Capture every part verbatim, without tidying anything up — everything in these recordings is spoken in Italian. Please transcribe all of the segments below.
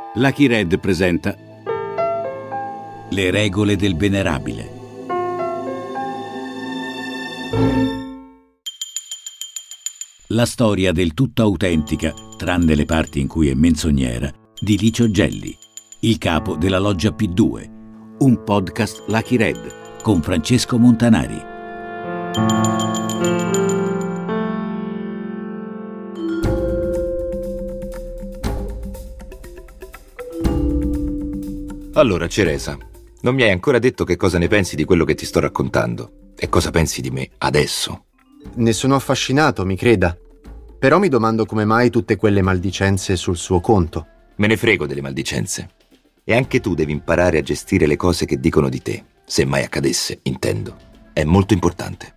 Lucky Red presenta Le regole del venerabile. La storia del tutto autentica, tranne le parti in cui è menzognera, di Licio Gelli, il capo della loggia P due, un podcast Lucky Red con Francesco Montanari. Allora, Ceresa, non mi hai ancora detto che cosa ne pensi di quello che ti sto raccontando e cosa pensi di me adesso. Ne sono affascinato, mi creda. Però mi domando come mai tutte quelle maldicenze sul suo conto. Me ne frego delle maldicenze. E anche tu devi imparare a gestire le cose che dicono di te, se mai accadesse, intendo. È molto importante.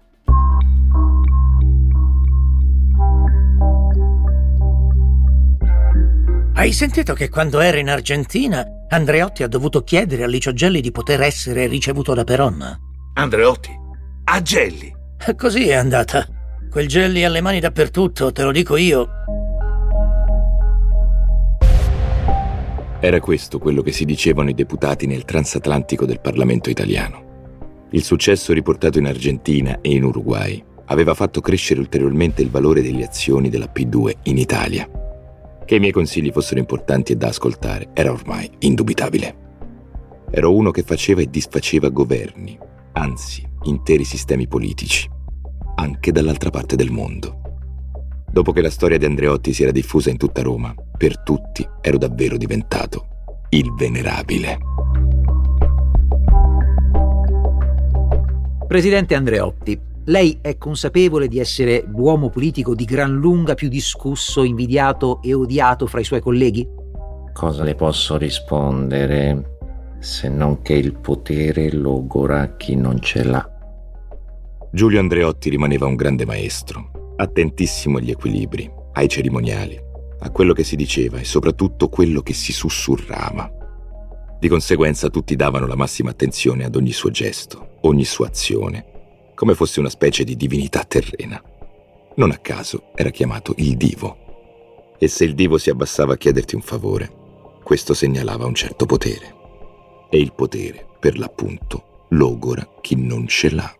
Hai sentito che quando era in Argentina Andreotti ha dovuto chiedere a Licio Gelli di poter essere ricevuto da Peron? Andreotti? A Gelli? Così è andata. Quel Gelli ha le mani dappertutto, te lo dico io. Era questo quello che si dicevano i deputati nel transatlantico del Parlamento italiano. Il successo riportato in Argentina e in Uruguay aveva fatto crescere ulteriormente il valore delle azioni della P due in Italia. Che i miei consigli fossero importanti e da ascoltare era ormai indubitabile. Ero uno che faceva e disfaceva governi, anzi, interi sistemi politici, anche dall'altra parte del mondo. Dopo che la storia di Andreotti si era diffusa in tutta Roma, per tutti ero davvero diventato il venerabile. Presidente Andreotti, lei è consapevole di essere l'uomo politico di gran lunga più discusso, invidiato e odiato fra i suoi colleghi? Cosa le posso rispondere se non che il potere logora chi non ce l'ha? Giulio Andreotti rimaneva un grande maestro, attentissimo agli equilibri, ai cerimoniali, a quello che si diceva e soprattutto quello che si sussurrava. Di conseguenza tutti davano la massima attenzione ad ogni suo gesto, ogni sua azione, come fosse una specie di divinità terrena. Non a caso era chiamato il Divo. E se il Divo si abbassava a chiederti un favore, questo segnalava un certo potere. E il potere, per l'appunto, logora chi non ce l'ha.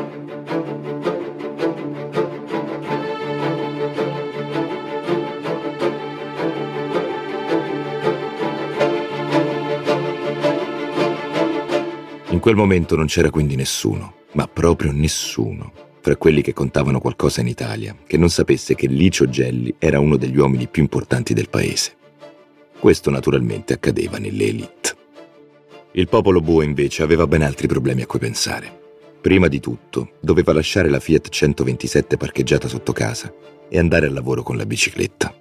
In quel momento non c'era quindi nessuno, ma proprio nessuno, fra quelli che contavano qualcosa in Italia, che non sapesse che Licio Gelli era uno degli uomini più importanti del paese. Questo naturalmente accadeva nelle élite. Il popolo Bue invece aveva ben altri problemi a cui pensare. Prima di tutto, doveva lasciare la Fiat centoventisette parcheggiata sotto casa e andare al lavoro con la bicicletta.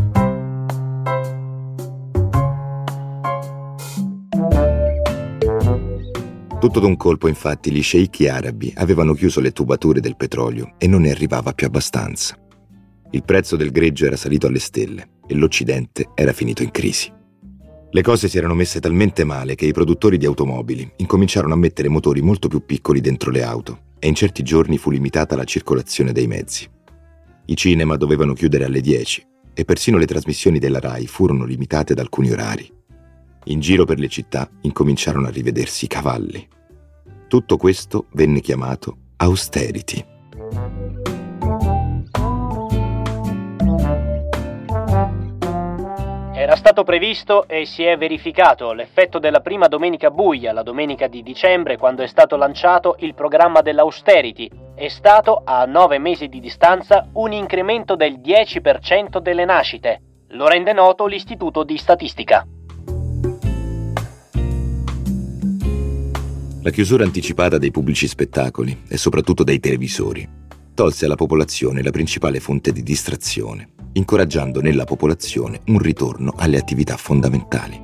Tutto d'un colpo, infatti, gli sceicchi arabi avevano chiuso le tubature del petrolio e non ne arrivava più abbastanza. Il prezzo del greggio era salito alle stelle e l'Occidente era finito in crisi. Le cose si erano messe talmente male che i produttori di automobili incominciarono a mettere motori molto più piccoli dentro le auto e in certi giorni fu limitata la circolazione dei mezzi. I cinema dovevano chiudere alle dieci e persino le trasmissioni della Rai furono limitate ad alcuni orari. In giro per le città incominciarono a rivedersi i cavalli. Tutto questo venne chiamato austerity. Era stato previsto e si è verificato l'effetto della prima domenica buia, la domenica di dicembre, quando è stato lanciato il programma dell'austerity. È stato, a nove mesi di distanza, un incremento del dieci per cento delle nascite. Lo rende noto l'Istituto di Statistica. La chiusura anticipata dei pubblici spettacoli e soprattutto dei televisori tolse alla popolazione la principale fonte di distrazione, incoraggiando nella popolazione un ritorno alle attività fondamentali.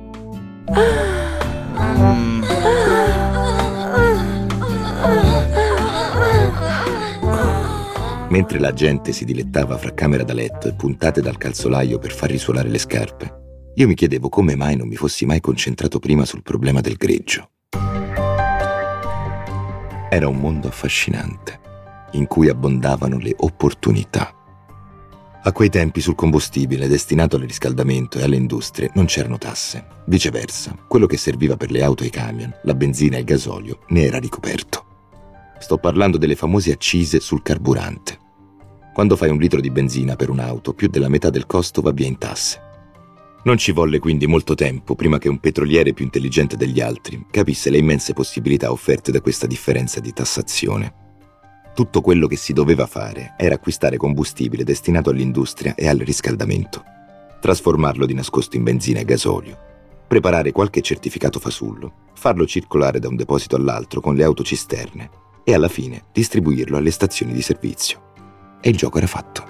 Mentre la gente si dilettava fra camera da letto e puntate dal calzolaio per far risuonare le scarpe, io mi chiedevo come mai non mi fossi mai concentrato prima sul problema del greggio. Era un mondo affascinante, in cui abbondavano le opportunità. A quei tempi sul combustibile destinato al riscaldamento e alle industrie non c'erano tasse. Viceversa, quello che serviva per le auto e i camion, la benzina e il gasolio, ne era ricoperto. Sto parlando delle famose accise sul carburante. Quando fai un litro di benzina per un'auto, più della metà del costo va via in tasse. Non ci volle quindi molto tempo prima che un petroliere più intelligente degli altri capisse le immense possibilità offerte da questa differenza di tassazione. Tutto quello che si doveva fare era acquistare combustibile destinato all'industria e al riscaldamento, trasformarlo di nascosto in benzina e gasolio, preparare qualche certificato fasullo, farlo circolare da un deposito all'altro con le autocisterne e alla fine distribuirlo alle stazioni di servizio. E il gioco era fatto.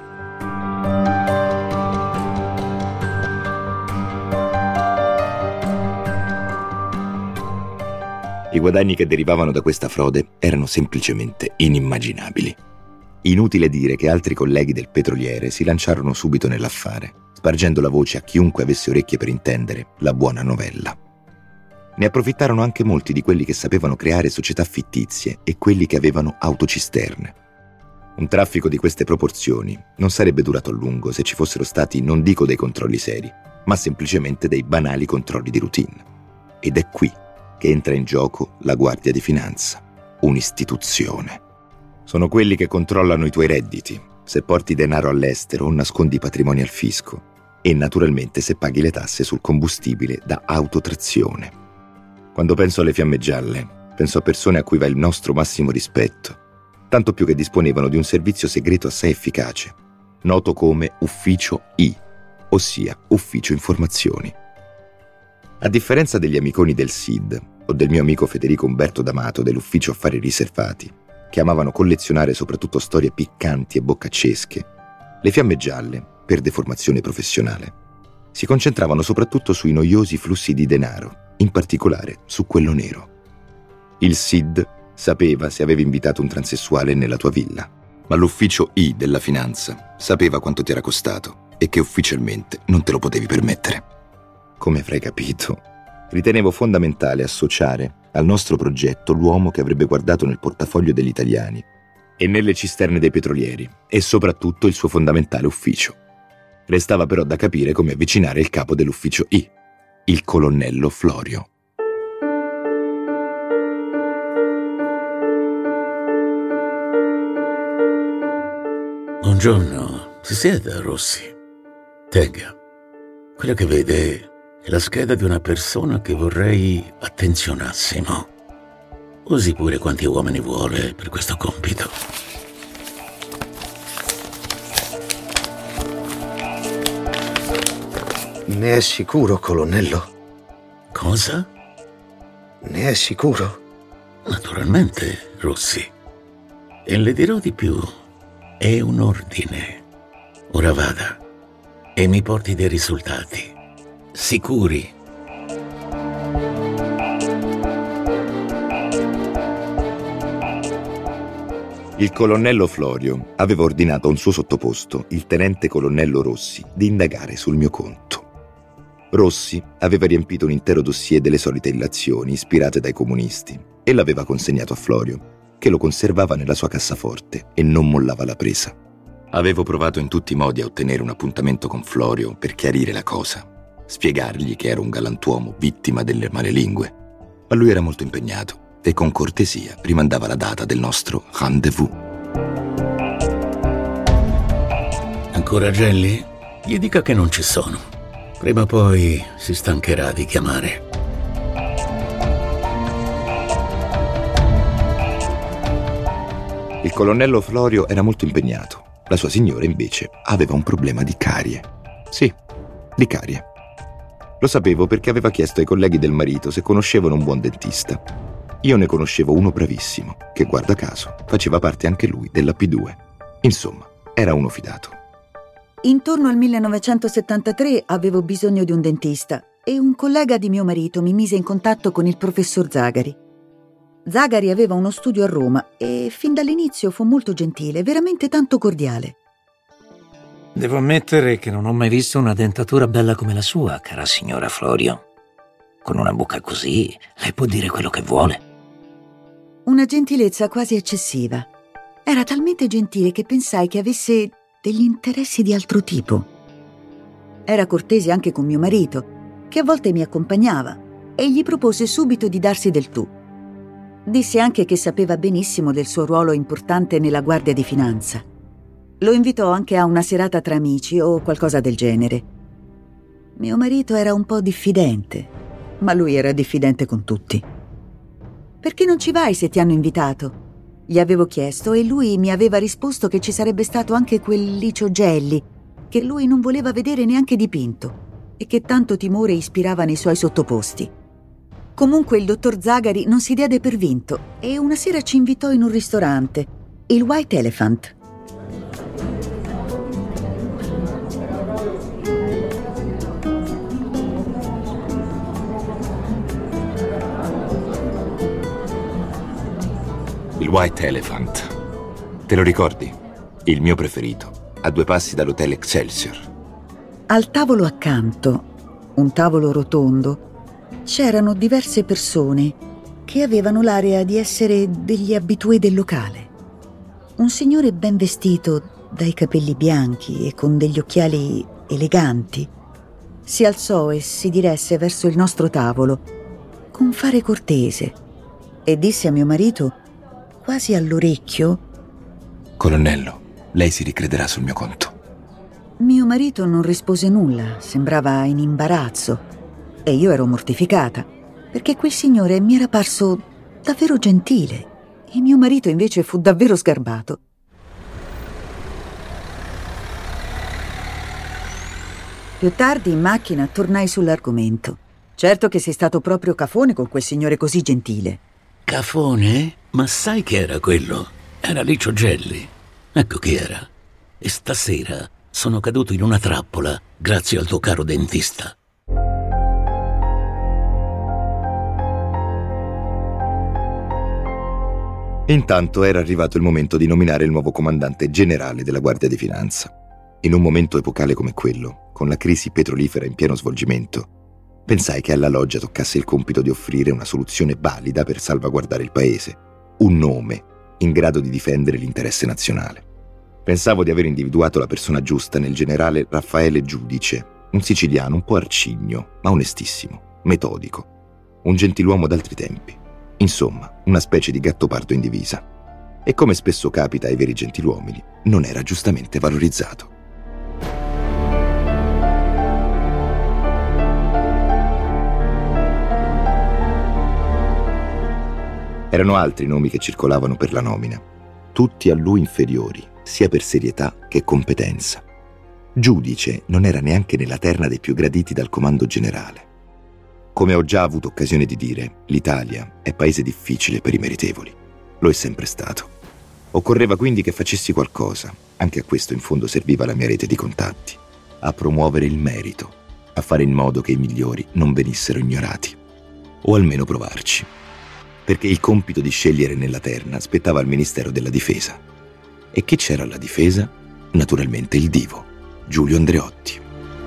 I guadagni che derivavano da questa frode erano semplicemente inimmaginabili. Inutile dire che altri colleghi del petroliere si lanciarono subito nell'affare, spargendo la voce a chiunque avesse orecchie per intendere la buona novella. Ne approfittarono anche molti di quelli che sapevano creare società fittizie e quelli che avevano autocisterne. Un traffico di queste proporzioni non sarebbe durato a lungo se ci fossero stati, non dico dei controlli seri, ma semplicemente dei banali controlli di routine. Ed è qui che entra in gioco la Guardia di Finanza, un'istituzione. Sono quelli che controllano i tuoi redditi, se porti denaro all'estero o nascondi patrimoni al fisco, e naturalmente se paghi le tasse sul combustibile da autotrazione. Quando penso alle Fiamme Gialle, penso a persone a cui va il nostro massimo rispetto, tanto più che disponevano di un servizio segreto assai efficace, noto come Ufficio I, ossia Ufficio Informazioni. A differenza degli amiconi del S I D o del mio amico Federico Umberto D'Amato dell'Ufficio Affari Riservati, che amavano collezionare soprattutto storie piccanti e boccaccesche, le Fiamme Gialle, per deformazione professionale, si concentravano soprattutto sui noiosi flussi di denaro, in particolare su quello nero. Il S I D sapeva se avevi invitato un transessuale nella tua villa, ma l'Ufficio I della Finanza sapeva quanto ti era costato e che ufficialmente non te lo potevi permettere. Come avrai capito, ritenevo fondamentale associare al nostro progetto l'uomo che avrebbe guardato nel portafoglio degli italiani e nelle cisterne dei petrolieri e soprattutto il suo fondamentale ufficio. Restava però da capire come avvicinare il capo dell'Ufficio I, il colonnello Florio. Buongiorno, si sieda, Rossi. Tenga, quello che vede è la scheda di una persona che vorrei attenzionassimo. Usi pure quanti uomini vuole per questo compito. Ne è sicuro, colonnello? Cosa? Ne è sicuro? Naturalmente, Rossi. E le dirò di più. È un ordine. Ora vada e mi porti dei risultati. Sicuri. Il colonnello Florio aveva ordinato a un suo sottoposto, il tenente colonnello Rossi, di indagare sul mio conto. Rossi aveva riempito un intero dossier delle solite illazioni ispirate dai comunisti e l'aveva consegnato a Florio, che lo conservava nella sua cassaforte e non mollava la presa. Avevo provato in tutti i modi a ottenere un appuntamento con Florio per chiarire la cosa, spiegargli che ero un galantuomo vittima delle malelingue, ma lui era molto impegnato e con cortesia rimandava la data del nostro rendezvous. Ancora Gelli? Gli dica che non ci sono. Prima o poi si stancherà di chiamare. Il colonnello Florio era molto impegnato. La sua signora, invece, aveva un problema di carie. Sì, di carie. Lo sapevo perché aveva chiesto ai colleghi del marito se conoscevano un buon dentista. Io ne conoscevo uno bravissimo, che guarda caso faceva parte anche lui della P due. Insomma, era uno fidato. Intorno al millenovecentosettantatré avevo bisogno di un dentista e un collega di mio marito mi mise in contatto con il professor Zagari. Zagari aveva uno studio a Roma e fin dall'inizio fu molto gentile, veramente tanto cordiale. Devo ammettere che non ho mai visto una dentatura bella come la sua, cara signora Florio. Con una bocca così, lei può dire quello che vuole. Una gentilezza quasi eccessiva. Era talmente gentile che pensai che avesse degli interessi di altro tipo. Era cortese anche con mio marito, che a volte mi accompagnava, e gli propose subito di darsi del tu. Disse anche che sapeva benissimo del suo ruolo importante nella Guardia di Finanza. Lo invitò anche a una serata tra amici o qualcosa del genere. Mio marito era un po' diffidente, ma lui era diffidente con tutti. «Perché non ci vai se ti hanno invitato?» Gli avevo chiesto e lui mi aveva risposto che ci sarebbe stato anche quel Licio Gelli, che lui non voleva vedere neanche dipinto e che tanto timore ispirava nei suoi sottoposti. Comunque il dottor Zagari non si diede per vinto e una sera ci invitò in un ristorante, il White Elephant. Il White Elephant. Te lo ricordi? Il mio preferito, a due passi dall'Hotel Excelsior. Al tavolo accanto, un tavolo rotondo, c'erano diverse persone che avevano l'area di essere degli abitué del locale. Un signore ben vestito, dai capelli bianchi e con degli occhiali eleganti, si alzò e si diresse verso il nostro tavolo con fare cortese e disse a mio marito, quasi all'orecchio: «Colonnello, lei si ricrederà sul mio conto». Mio marito non rispose nulla, sembrava in imbarazzo. E io ero mortificata, perché quel signore mi era parso davvero gentile e mio marito invece fu davvero sgarbato. Più tardi in macchina tornai sull'argomento. Certo che sei stato proprio cafone con quel signore così gentile. Cafone? Ma sai che era quello? Era Licio Gelli. Ecco chi era. E stasera sono caduto in una trappola grazie al tuo caro dentista. Intanto era arrivato il momento di nominare il nuovo comandante generale della Guardia di Finanza. In un momento epocale come quello, con la crisi petrolifera in pieno svolgimento, pensai che alla loggia toccasse il compito di offrire una soluzione valida per salvaguardare il paese, un nome in grado di difendere l'interesse nazionale. Pensavo di aver individuato la persona giusta nel generale Raffaele Giudice, un siciliano un po' arcigno, ma onestissimo, metodico, un gentiluomo d'altri tempi. Insomma, una specie di gattopardo in divisa. E come spesso capita ai veri gentiluomini, non era giustamente valorizzato. Erano altri nomi che circolavano per la nomina, tutti a lui inferiori, sia per serietà che competenza. Giudice non era neanche nella terna dei più graditi dal comando generale. Come ho già avuto occasione di dire, l'Italia è paese difficile per i meritevoli. Lo è sempre stato. Occorreva quindi che facessi qualcosa, anche a questo in fondo serviva la mia rete di contatti, a promuovere il merito, a fare in modo che i migliori non venissero ignorati. O almeno provarci. Perché il compito di scegliere nella terna spettava al Ministero della Difesa. E chi c'era alla difesa? Naturalmente il divo, Giulio Andreotti.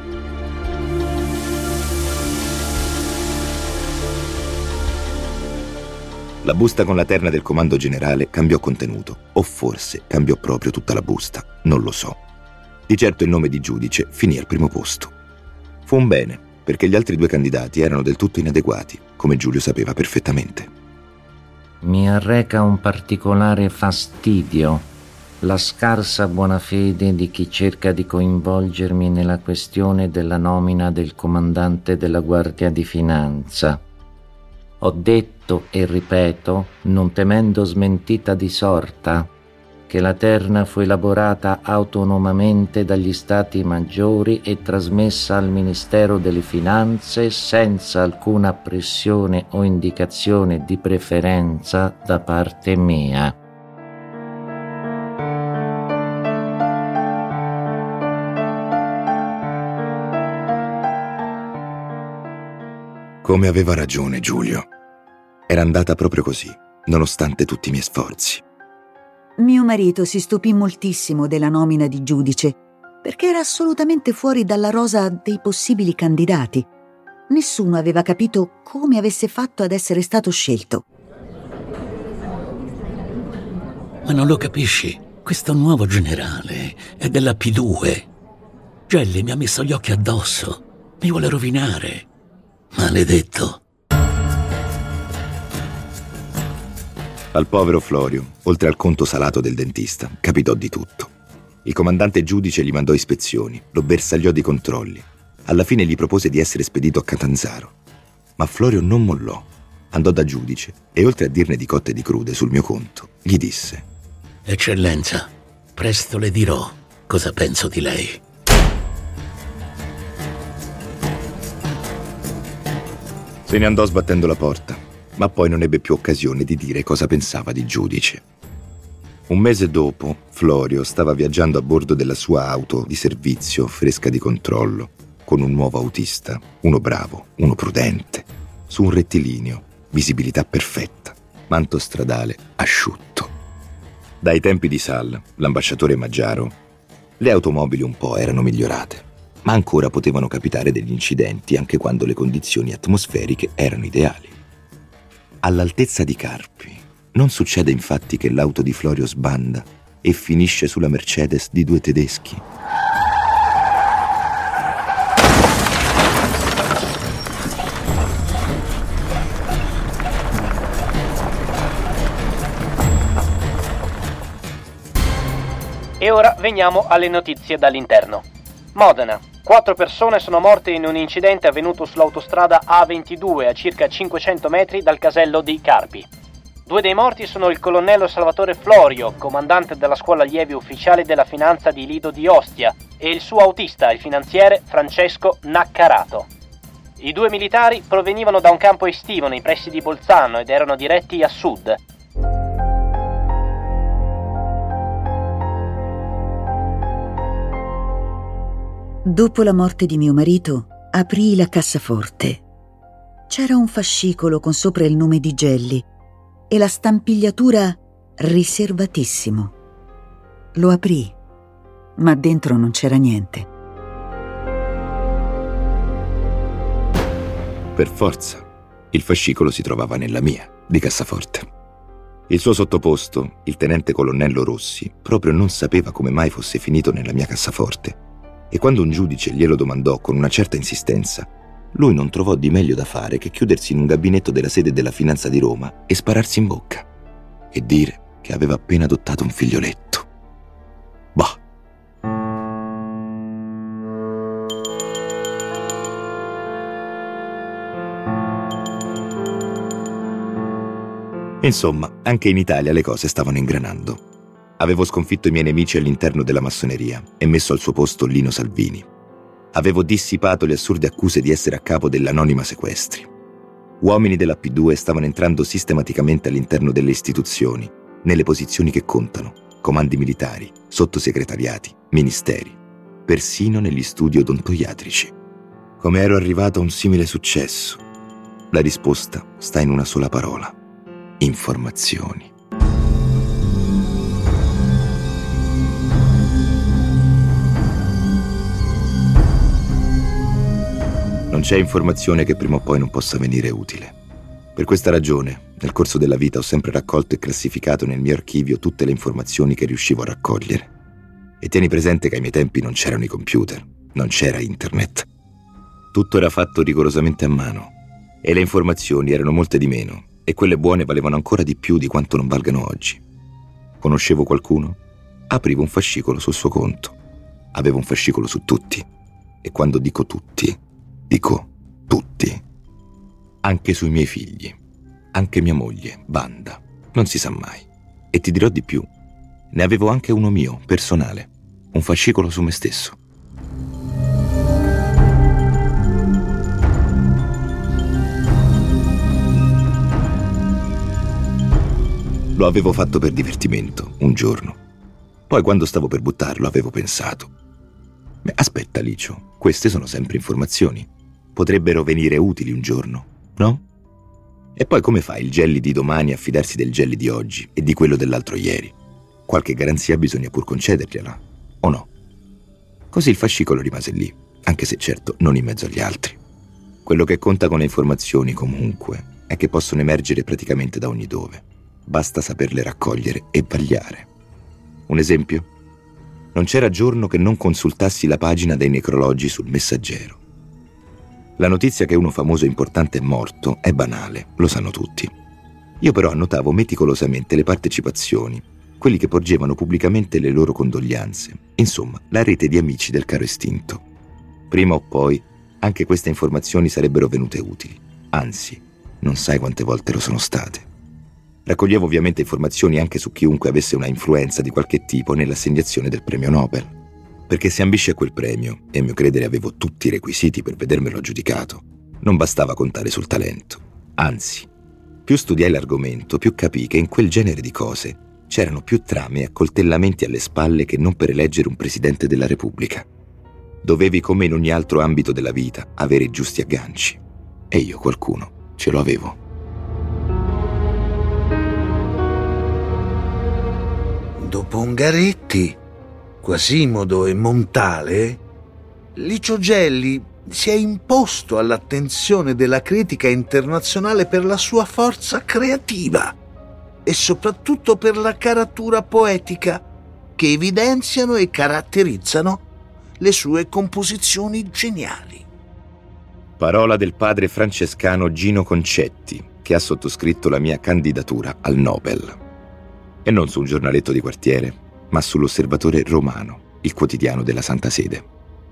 La busta con la terna del comando generale cambiò contenuto, o forse cambiò proprio tutta la busta, non lo so. Di certo il nome di Giudice finì al primo posto. Fu un bene, perché gli altri due candidati erano del tutto inadeguati, come Giulio sapeva perfettamente. Mi arreca un particolare fastidio la scarsa buona fede di chi cerca di coinvolgermi nella questione della nomina del comandante della Guardia di Finanza. Ho detto e ripeto, non temendo smentita di sorta, che la terna fu elaborata autonomamente dagli Stati Maggiori e trasmessa al Ministero delle Finanze senza alcuna pressione o indicazione di preferenza da parte mia. Come aveva ragione Giulio. Era andata proprio così, nonostante tutti i miei sforzi. Mio marito si stupì moltissimo della nomina di Giudice, perché era assolutamente fuori dalla rosa dei possibili candidati. Nessuno aveva capito come avesse fatto ad essere stato scelto. Ma non lo capisci? questo nuovo generale è della P due. Gelli mi ha messo gli occhi addosso. Mi vuole rovinare. Maledetto. Al povero Florio, oltre al conto salato del dentista, capitò di tutto. Il comandante giudice gli mandò ispezioni, lo bersagliò di controlli. Alla fine gli propose di essere spedito a Catanzaro. Ma Florio non mollò. Andò da giudice e, oltre a dirne di cotte e di crude sul mio conto, gli disse: Eccellenza, presto le dirò cosa penso di lei. Se ne andò sbattendo la porta, ma poi non ebbe più occasione di dire cosa pensava di giudice. Un mese dopo, Florio stava viaggiando a bordo della sua auto di servizio fresca di controllo, con un nuovo autista, uno bravo, uno prudente, su un rettilineo, visibilità perfetta, manto stradale asciutto. Dai tempi di Sal, l'ambasciatore Maggiaro, le automobili un po' erano migliorate, ma ancora potevano capitare degli incidenti anche quando le condizioni atmosferiche erano ideali. All'altezza di Carpi, non succede infatti che l'auto di Florio sbanda e finisce sulla Mercedes di due tedeschi? E ora veniamo alle notizie dall'interno. Modena. Quattro persone sono morte in un incidente avvenuto sull'autostrada A ventidue a circa cinquecento metri dal casello di Carpi. Due dei morti sono il colonnello Salvatore Florio, comandante della scuola allievi ufficiale della finanza di Lido di Ostia, e il suo autista, il finanziere Francesco Naccarato. I due militari provenivano da un campo estivo nei pressi di Bolzano ed erano diretti a sud. Dopo la morte di mio marito, aprii la cassaforte. C'era un fascicolo con sopra il nome di Gelli e la stampigliatura riservatissimo. Lo aprii, ma dentro non c'era niente. Per forza, il fascicolo si trovava nella mia, di cassaforte. Il suo sottoposto, il tenente colonnello Rossi, proprio non sapeva come mai fosse finito nella mia cassaforte. E quando un giudice glielo domandò con una certa insistenza, lui non trovò di meglio da fare che chiudersi in un gabinetto della sede della Finanza di Roma e spararsi in bocca e dire che aveva appena adottato un figlioletto. Bah! Insomma, anche in Italia le cose stavano ingranando. Avevo sconfitto i miei nemici all'interno della massoneria e messo al suo posto Lino Salvini. Avevo dissipato le assurde accuse di essere a capo dell'anonima sequestri. Uomini della P due stavano entrando sistematicamente all'interno delle istituzioni, nelle posizioni che contano, comandi militari, sottosegretariati, ministeri, persino negli studi odontoiatrici. Come ero arrivato a un simile successo? La risposta sta in una sola parola: informazioni. Non c'è informazione che prima o poi non possa venire utile. Per questa ragione, nel corso della vita ho sempre raccolto e classificato nel mio archivio tutte le informazioni che riuscivo a raccogliere. E tieni presente che ai miei tempi non c'erano i computer, non c'era internet. Tutto era fatto rigorosamente a mano e le informazioni erano molte di meno e quelle buone valevano ancora di più di quanto non valgano oggi. Conoscevo qualcuno? Aprivo un fascicolo sul suo conto. Avevo un fascicolo su tutti. E quando dico tutti, dico tutti. Anche sui miei figli. Anche mia moglie, Banda. Non si sa mai. E ti dirò di più. Ne avevo anche uno mio, personale. Un fascicolo su me stesso. Lo avevo fatto per divertimento, un giorno. Poi quando stavo per buttarlo avevo pensato: beh, aspetta Licio, queste sono sempre informazioni. Potrebbero venire utili un giorno, no? E poi come fa il Gelli di domani a fidarsi del Gelli di oggi e di quello dell'altro ieri? Qualche garanzia bisogna pur concedergliela, o no? Così il fascicolo rimase lì, anche se certo non in mezzo agli altri. Quello che conta con le informazioni, comunque, è che possono emergere praticamente da ogni dove. Basta saperle raccogliere e vagliare. Un esempio? Non c'era giorno che non consultassi la pagina dei necrologi sul Messaggero. La notizia che uno famoso e importante è morto è banale, lo sanno tutti. Io però annotavo meticolosamente le partecipazioni, quelli che porgevano pubblicamente le loro condoglianze, insomma, la rete di amici del caro estinto. Prima o poi anche queste informazioni sarebbero venute utili, anzi, non sai quante volte lo sono state. Raccoglievo ovviamente informazioni anche su chiunque avesse una influenza di qualche tipo nell'assegnazione del premio Nobel, perché se ambisci a quel premio, e a mio credere avevo tutti i requisiti per vedermelo aggiudicato, non bastava contare sul talento. Anzi, più studiai l'argomento, più capii che in quel genere di cose c'erano più trame e accoltellamenti alle spalle che non per eleggere un presidente della Repubblica. Dovevi, come in ogni altro ambito della vita, avere i giusti agganci. E io qualcuno ce lo avevo. Dopo Ungaretti, Quasimodo e Montale, Licio Gelli si è imposto all'attenzione della critica internazionale per la sua forza creativa e soprattutto per la caratura poetica che evidenziano e caratterizzano le sue composizioni geniali. Parola del padre francescano Gino Concetti, che ha sottoscritto la mia candidatura al Nobel. E non su un giornaletto di quartiere, ma sull'Osservatore Romano, il quotidiano della Santa Sede.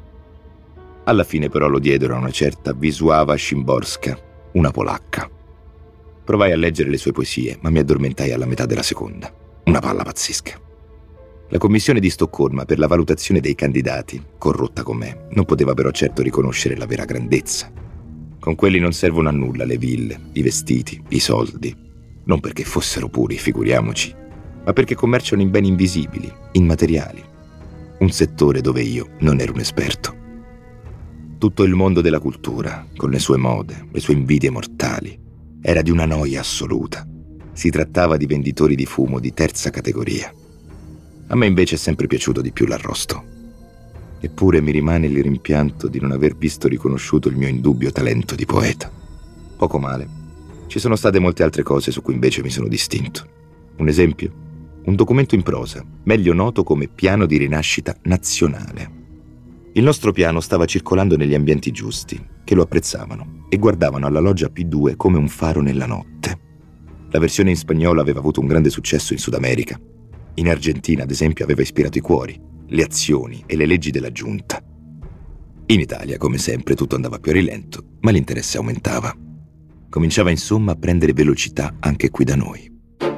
Alla fine però lo diedero a una certa Wisława Szymborska, una polacca. Provai a leggere le sue poesie, ma mi addormentai alla metà della seconda. Una palla pazzesca. La commissione di Stoccolma per la valutazione dei candidati, corrotta con me, non poteva però certo riconoscere la vera grandezza. Con quelli non servono a nulla le ville, i vestiti, i soldi. Non perché fossero puri, figuriamoci, ma perché commerciano in beni invisibili, immateriali. Un settore dove io non ero un esperto. Tutto il mondo della cultura, con le sue mode, le sue invidie mortali, era di una noia assoluta. Si trattava di venditori di fumo di terza categoria. A me invece è sempre piaciuto di più l'arrosto. Eppure mi rimane il rimpianto di non aver visto riconosciuto il mio indubbio talento di poeta. Poco male. Ci sono state molte altre cose su cui invece mi sono distinto. Un esempio? Un documento in prosa, meglio noto come Piano di Rinascita Nazionale. Il nostro piano stava circolando negli ambienti giusti, che lo apprezzavano e guardavano alla loggia P due come un faro nella notte. La versione in spagnolo aveva avuto un grande successo in Sud America. In Argentina, ad esempio, aveva ispirato i cuori, le azioni e le leggi della giunta. In Italia, come sempre, tutto andava più a rilento, ma l'interesse aumentava. Cominciava insomma a prendere velocità anche qui da noi.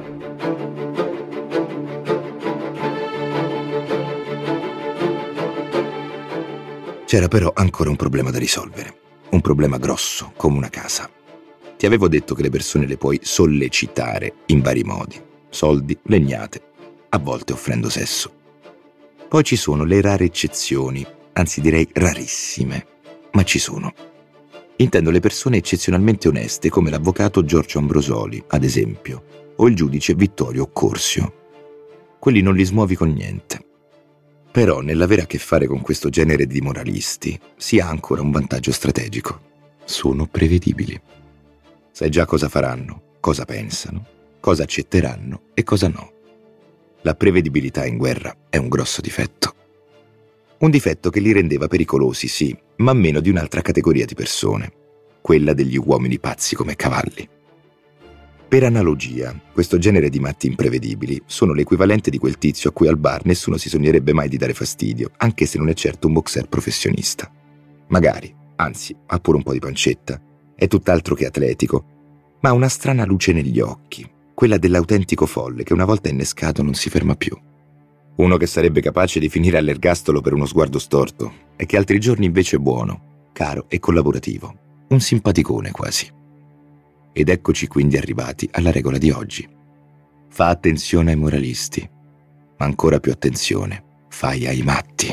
C'era però ancora un problema da risolvere, un problema grosso, come una casa. Ti avevo detto che le persone le puoi sollecitare in vari modi, soldi, legnate, a volte offrendo sesso. Poi ci sono le rare eccezioni, anzi direi rarissime, ma ci sono. Intendo le persone eccezionalmente oneste come l'avvocato Giorgio Ambrosoli, ad esempio, o il giudice Vittorio Occorsio. Quelli non li smuovi con niente. Però nell'avere a che fare con questo genere di moralisti si ha ancora un vantaggio strategico. Sono prevedibili. Sai già cosa faranno, cosa pensano, cosa accetteranno e cosa no. La prevedibilità in guerra è un grosso difetto. Un difetto che li rendeva pericolosi, sì, ma meno di un'altra categoria di persone, quella degli uomini pazzi come cavalli. Per analogia, questo genere di matti imprevedibili sono l'equivalente di quel tizio a cui al bar nessuno si sognerebbe mai di dare fastidio, anche se non è certo un boxer professionista. Magari, anzi, ha pure un po' di pancetta, è tutt'altro che atletico, ma ha una strana luce negli occhi, quella dell'autentico folle che una volta innescato non si ferma più. Uno che sarebbe capace di finire all'ergastolo per uno sguardo storto e che altri giorni invece è buono, caro e collaborativo, un simpaticone quasi. Ed eccoci quindi arrivati alla regola di oggi. Fa attenzione ai moralisti, ma ancora più attenzione fai ai matti.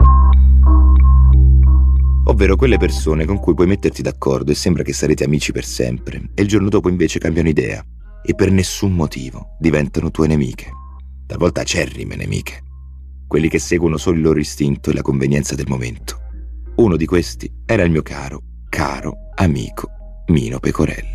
Ovvero quelle persone con cui puoi metterti d'accordo e sembra che sarete amici per sempre, e il giorno dopo invece cambiano idea e per nessun motivo diventano tue nemiche, talvolta acerrime nemiche, quelli che seguono solo il loro istinto e la convenienza del momento. Uno di questi era il mio caro, caro amico Mino Pecorelli.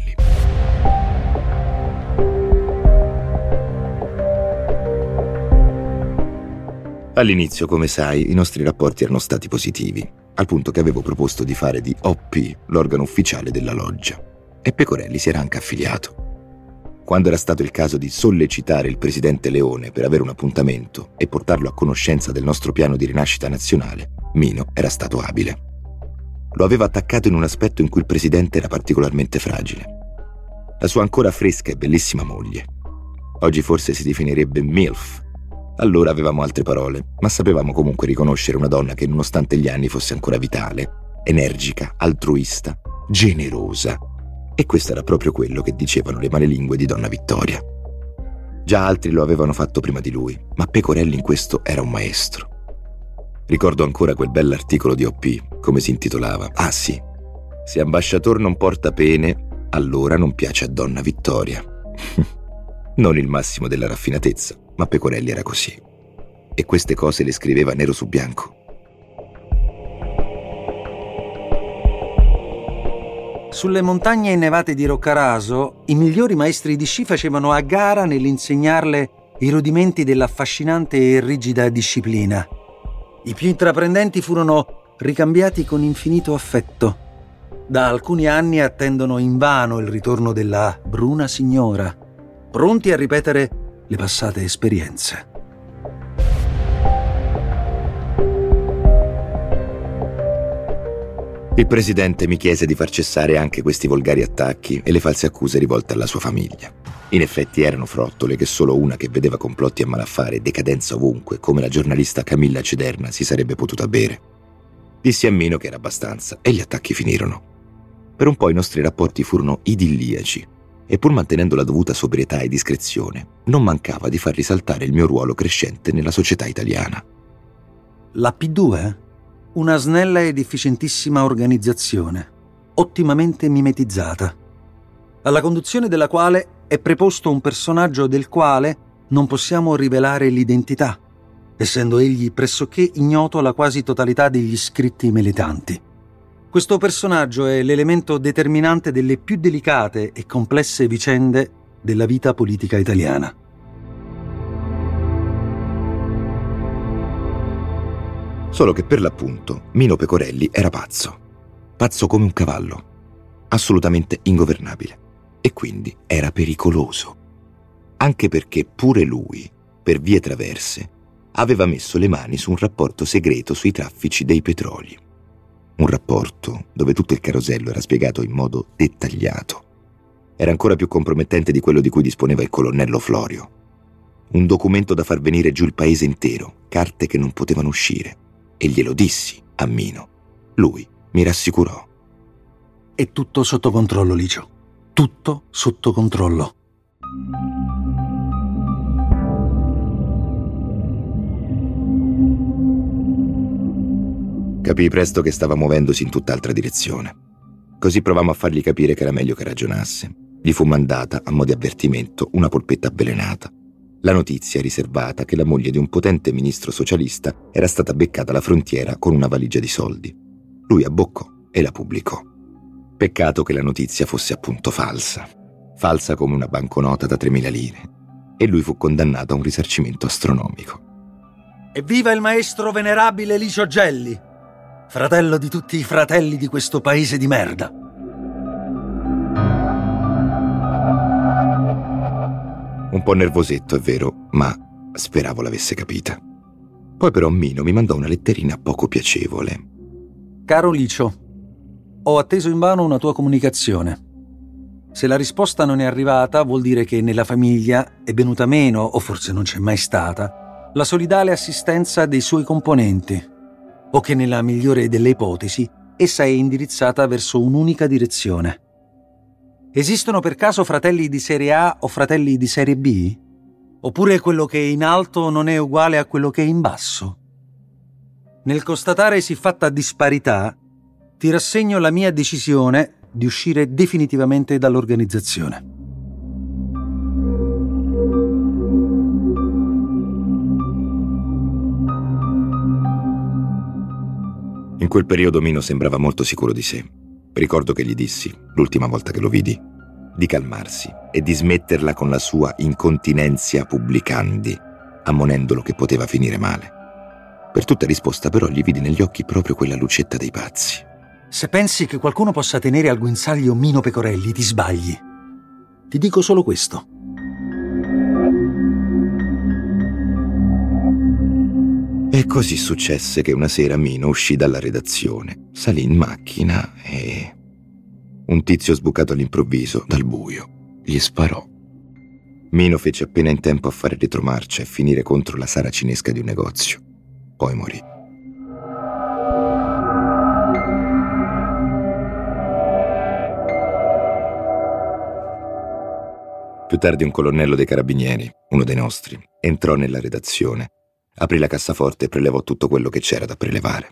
All'inizio, come sai, i nostri rapporti erano stati positivi, al punto che avevo proposto di fare di O P l'organo ufficiale della loggia, e Pecorelli si era anche affiliato. Quando era stato il caso di sollecitare il presidente Leone per avere un appuntamento e portarlo a conoscenza del nostro piano di rinascita nazionale, Mino era stato abile. Lo aveva attaccato in un aspetto in cui il presidente era particolarmente fragile. La sua ancora fresca e bellissima moglie. Oggi forse si definirebbe MILF. Allora avevamo altre parole, ma sapevamo comunque riconoscere una donna che nonostante gli anni fosse ancora vitale, energica, altruista, generosa. E questo era proprio quello che dicevano le malelingue di Donna Vittoria. Già altri lo avevano fatto prima di lui, ma Pecorelli in questo era un maestro. Ricordo ancora quel bell'articolo di O P, come si intitolava. Ah sì, se ambasciator non porta pene, allora non piace a Donna Vittoria. Non il massimo della raffinatezza, ma Pecorelli era così. E queste cose le scriveva nero su bianco. Sulle montagne innevate di Roccaraso, i migliori maestri di sci facevano a gara nell'insegnarle i rudimenti dell'affascinante e rigida disciplina. I più intraprendenti furono ricambiati con infinito affetto. Da alcuni anni attendono invano il ritorno della bruna signora, pronti a ripetere le passate esperienze. Il presidente mi chiese di far cessare anche questi volgari attacchi e le false accuse rivolte alla sua famiglia. In effetti erano frottole che solo una che vedeva complotti a malaffare e decadenza ovunque, come la giornalista Camilla Cederna, si sarebbe potuta bere. Dissi a Mino che era abbastanza e gli attacchi finirono. Per un po' i nostri rapporti furono idilliaci e pur mantenendo la dovuta sobrietà e discrezione, non mancava di far risaltare il mio ruolo crescente nella società italiana. La P due? Una snella ed efficientissima organizzazione, ottimamente mimetizzata, alla conduzione della quale è preposto un personaggio del quale non possiamo rivelare l'identità, essendo egli pressoché ignoto alla quasi totalità degli scritti militanti. Questo personaggio è l'elemento determinante delle più delicate e complesse vicende della vita politica italiana. Solo che per l'appunto Mino Pecorelli era pazzo, pazzo come un cavallo, assolutamente ingovernabile e quindi era pericoloso. Anche perché pure lui, per vie traverse, aveva messo le mani su un rapporto segreto sui traffici dei petroli. Un rapporto dove tutto il carosello era spiegato in modo dettagliato. Era ancora più compromettente di quello di cui disponeva il colonnello Florio. Un documento da far venire giù il paese intero, carte che non potevano uscire. E glielo dissi a Mino. Lui mi rassicurò. È tutto sotto controllo, Licio. Tutto sotto controllo. Capii presto che stava muovendosi in tutt'altra direzione. Così provammo a fargli capire che era meglio che ragionasse. Gli fu mandata, a mo' di avvertimento, una polpetta avvelenata. La notizia riservata che la moglie di un potente ministro socialista era stata beccata alla frontiera con una valigia di soldi. Lui abboccò e la pubblicò. Peccato che la notizia fosse appunto falsa. Falsa come una banconota da tremila lire. E lui fu condannato a un risarcimento astronomico. Evviva il maestro venerabile Licio Gelli, fratello di tutti i fratelli di questo paese di merda. Un po' nervosetto, è vero, ma speravo l'avesse capita. Poi però Mino mi mandò una letterina poco piacevole. Caro Licio, ho atteso invano una tua comunicazione. Se la risposta non è arrivata, vuol dire che nella famiglia è venuta meno, o forse non c'è mai stata, la solidale assistenza dei suoi componenti, o che nella migliore delle ipotesi essa è indirizzata verso un'unica direzione. Esistono per caso fratelli di serie A o fratelli di serie B? Oppure quello che è in alto non è uguale a quello che è in basso? Nel constatare siffatta disparità, ti rassegno la mia decisione di uscire definitivamente dall'organizzazione. In quel periodo Mino sembrava molto sicuro di sé. Ricordo che gli dissi, l'ultima volta che lo vidi, di calmarsi e di smetterla con la sua incontinenzia pubblicandi, ammonendolo che poteva finire male. Per tutta risposta però gli vidi negli occhi proprio quella lucetta dei pazzi. Se pensi che qualcuno possa tenere al guinzaglio Mino Pecorelli, ti sbagli. Ti dico solo questo. E così successe che una sera Mino uscì dalla redazione, salì in macchina e... un tizio sbucato all'improvviso, dal buio, gli sparò. Mino fece appena in tempo a fare retromarcia e finire contro la saracinesca di un negozio. Poi morì. Più tardi un colonnello dei carabinieri, uno dei nostri, entrò nella redazione, aprì la cassaforte e prelevò tutto quello che c'era da prelevare.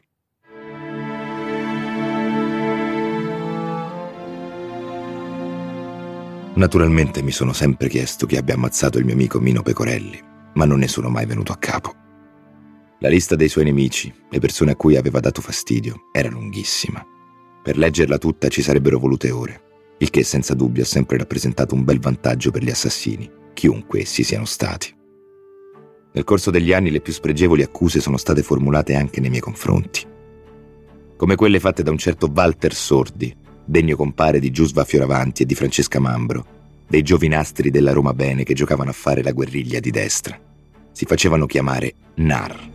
Naturalmente mi sono sempre chiesto chi abbia ammazzato il mio amico Mino Pecorelli, ma non ne sono mai venuto a capo. La lista dei suoi nemici, le persone a cui aveva dato fastidio, era lunghissima. Per leggerla tutta ci sarebbero volute ore, il che senza dubbio ha sempre rappresentato un bel vantaggio per gli assassini, chiunque essi siano stati. Nel corso degli anni le più spregevoli accuse sono state formulate anche nei miei confronti, come quelle fatte da un certo Walter Sordi, degno compare di Giusva Fioravanti e di Francesca Mambro, dei giovinastri della Roma Bene che giocavano a fare la guerriglia di destra. Si facevano chiamare N A R.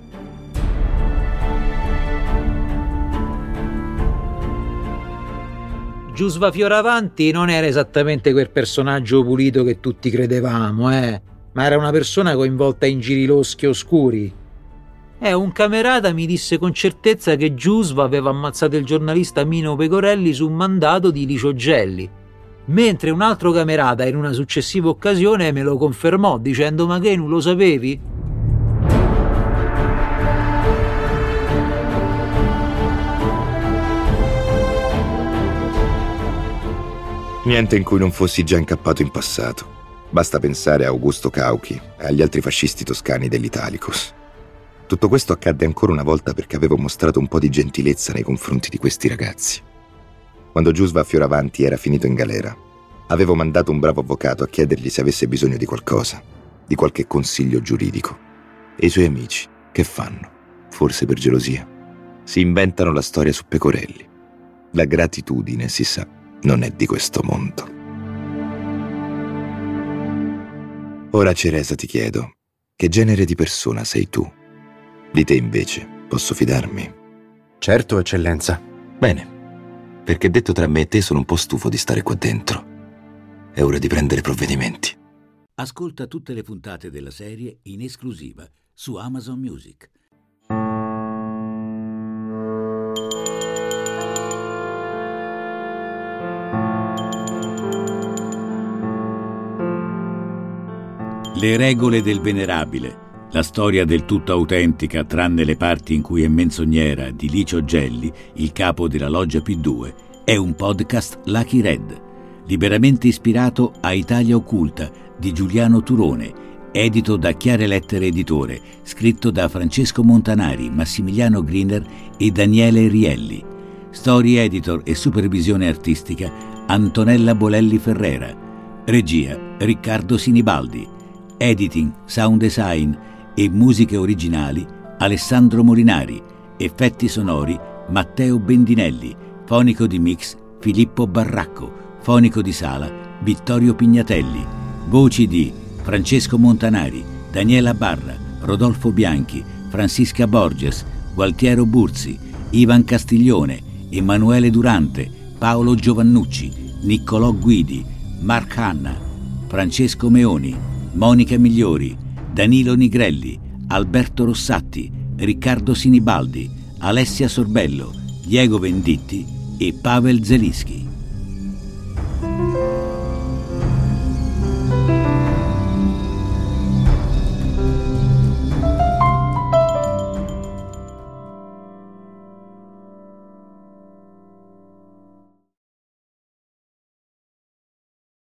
Giusva Fioravanti non era esattamente quel personaggio pulito che tutti credevamo, eh, ma era una persona coinvolta in giri loschi oscuri. Eh, un camerata mi disse con certezza che Giusva aveva ammazzato il giornalista Mino Pecorelli su un mandato di Licio Gelli, mentre un altro camerata in una successiva occasione me lo confermò dicendo: ma che, non lo sapevi? Niente in cui non fossi già incappato in passato. Basta pensare a Augusto Cauchi e agli altri fascisti toscani dell'Italicus. Tutto questo accadde ancora una volta perché avevo mostrato un po' di gentilezza nei confronti di questi ragazzi. Quando Giusva Fioravanti era finito in galera, avevo mandato un bravo avvocato a chiedergli se avesse bisogno di qualcosa, di qualche consiglio giuridico. E i suoi amici, che fanno? Forse per gelosia. Si inventano la storia su Pecorelli. La gratitudine, si sa, non è di questo mondo. Ora, Ceresa, ti chiedo, che genere di persona sei tu? Di te, invece, posso fidarmi? Certo, eccellenza. Bene, perché detto tra me e te sono un po' stufo di stare qua dentro. È ora di prendere provvedimenti. Ascolta tutte le puntate della serie in esclusiva su Amazon Music. Le regole del venerabile, la storia del tutto autentica tranne le parti in cui è menzognera di Licio Gelli, il capo della loggia P due, è un podcast Lucky Red, liberamente ispirato a Italia Occulta di Giuliano Turone, edito da Chiare Lettere Editore, scritto da Francesco Montanari, Massimiliano Griner e Daniele Rielli. Story editor e supervisione artistica Antonella Bolelli Ferrera. Regia Riccardo Sinibaldi. Editing, sound design e musiche originali Alessandro Molinari. Effetti sonori Matteo Bendinelli. Fonico di mix Filippo Barracco. Fonico di sala Vittorio Pignatelli. Voci di Francesco Montanari, Daniela Barra, Rodolfo Bianchi, Francisca Borges, Gualtiero Burzi, Ivan Castiglione, Emanuele Durante, Paolo Giovannucci, Niccolò Guidi, Mark Hanna, Francesco Meoni, Monica Migliori, Danilo Nigrelli, Alberto Rossatti, Riccardo Sinibaldi, Alessia Sorbello, Diego Venditti e Pavel Zelischi.